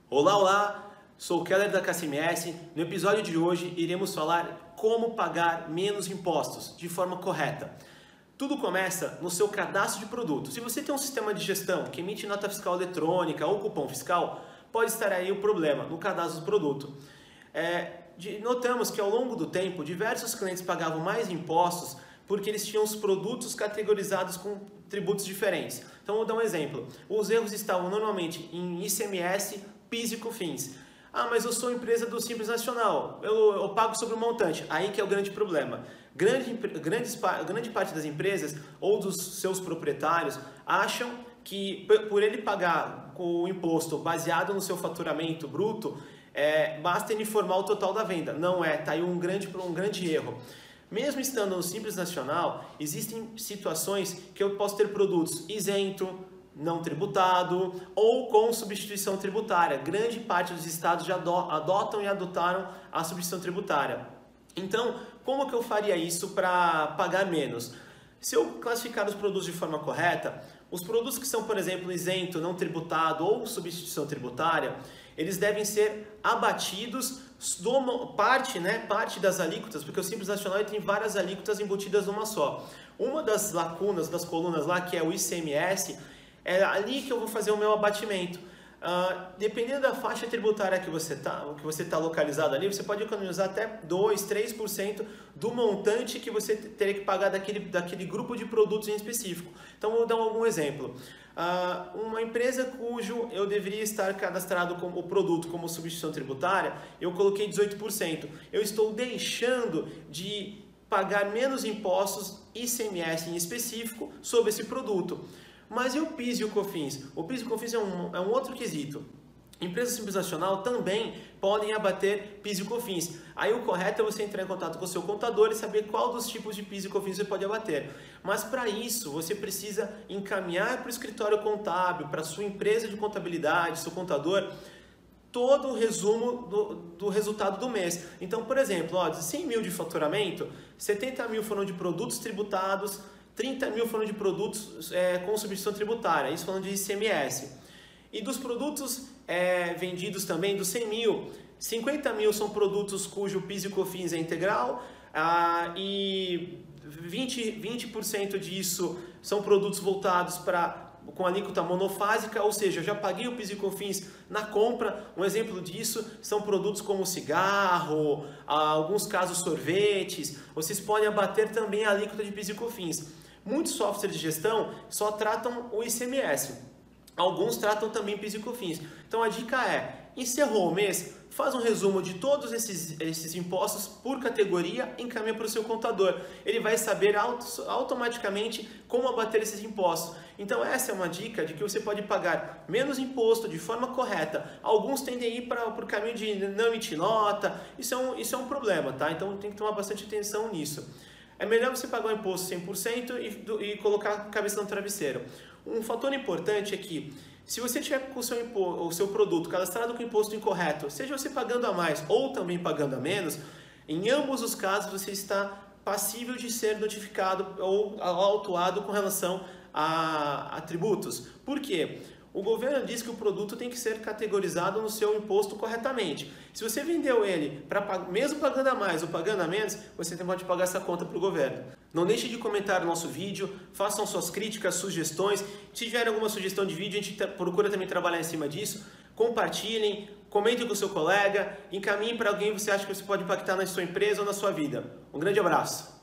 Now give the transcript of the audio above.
Olá, olá! Sou o Keller da KCMS. No episódio de hoje iremos falar como pagar menos impostos de forma correta. Tudo começa no seu cadastro de produto. Se você tem um sistema de gestão que emite nota fiscal eletrônica ou cupom fiscal, pode estar aí o problema no cadastro do produto. Notamos que ao longo do tempo, diversos clientes pagavam mais impostos porque eles tinham os produtos categorizados com tributos diferentes. Então, vou dar um exemplo. Os erros estavam normalmente em ICMS, PIS e COFINS. Mas eu sou empresa do Simples Nacional, eu pago sobre o montante. Aí que é o grande problema. Grande parte das empresas ou dos seus proprietários acham que por ele pagar o imposto baseado no seu faturamento bruto, basta ele informar o total da venda. Não é, está aí um grande erro. Mesmo estando no Simples Nacional, existem situações que eu posso ter produtos isento, não tributado ou com substituição tributária. Grande parte dos estados já adotam e adotaram a substituição tributária. Então, como que eu faria isso para pagar menos? Se eu classificar os produtos de forma correta, os produtos que são, por exemplo, isento, não tributado ou substituição tributária, eles devem ser abatidos parte das alíquotas, porque o Simples Nacional tem várias alíquotas embutidas numa só. Uma das lacunas, das colunas lá, que é o ICMS, é ali que eu vou fazer o meu abatimento. Dependendo da faixa tributária que você tá localizado ali, você pode economizar até 2, 3% do montante que você teria que pagar daquele grupo de produtos em específico. Então, vou dar algum exemplo. Uma empresa cujo eu deveria estar cadastrado como o produto como substituição tributária, eu coloquei 18%. Eu estou deixando de pagar menos impostos ICMS em específico sobre esse produto. Mas e o PIS e o COFINS? O PIS e o COFINS é um outro quesito. Empresas Simples Nacional também podem abater PIS e COFINS. Aí o correto é você entrar em contato com o seu contador e saber qual dos tipos de PIS e COFINS você pode abater. Mas para isso você precisa encaminhar para o escritório contábil, para a sua empresa de contabilidade, seu contador, todo o resumo do resultado do mês. Então, por exemplo, de 100 mil de faturamento, 70 mil foram de produtos tributados, 30 mil foram de produtos com substituição tributária, isso falando de ICMS. E dos produtos vendidos também, dos 100 mil, 50 mil são produtos cujo PIS e COFINS é integral, e 20% disso são produtos voltados com alíquota monofásica, ou seja, eu já paguei o PIS e COFINS na compra. Um exemplo disso são produtos como cigarro, alguns casos sorvetes. Vocês podem abater também a alíquota de PIS e COFINS. Muitos softwares de gestão só tratam o ICMS, alguns tratam também PIS e COFINS. Então a dica é, encerrou o mês, faz um resumo de todos esses impostos por categoria e encaminha para o seu contador. Ele vai saber automaticamente como abater esses impostos. Então essa é uma dica de que você pode pagar menos imposto de forma correta. Alguns tendem a ir para o caminho de não emitir nota, isso é um problema, tá? Então tem que tomar bastante atenção nisso. É melhor você pagar o imposto 100% e colocar a cabeça no travesseiro. Um fator importante é que, se você tiver com o seu produto cadastrado com imposto incorreto, seja você pagando a mais ou também pagando a menos, em ambos os casos você está passível de ser notificado ou autuado com relação a tributos. Por quê? O governo diz que o produto tem que ser categorizado no seu imposto corretamente. Se você vendeu ele, mesmo pagando a mais ou pagando a menos, você pode pagar essa conta para o governo. Não deixe de comentar o nosso vídeo, façam suas críticas, sugestões. Se tiver alguma sugestão de vídeo, a gente procura também trabalhar em cima disso. Compartilhem, comentem com o seu colega, encaminhem para alguém que você acha que você pode impactar na sua empresa ou na sua vida. Um grande abraço!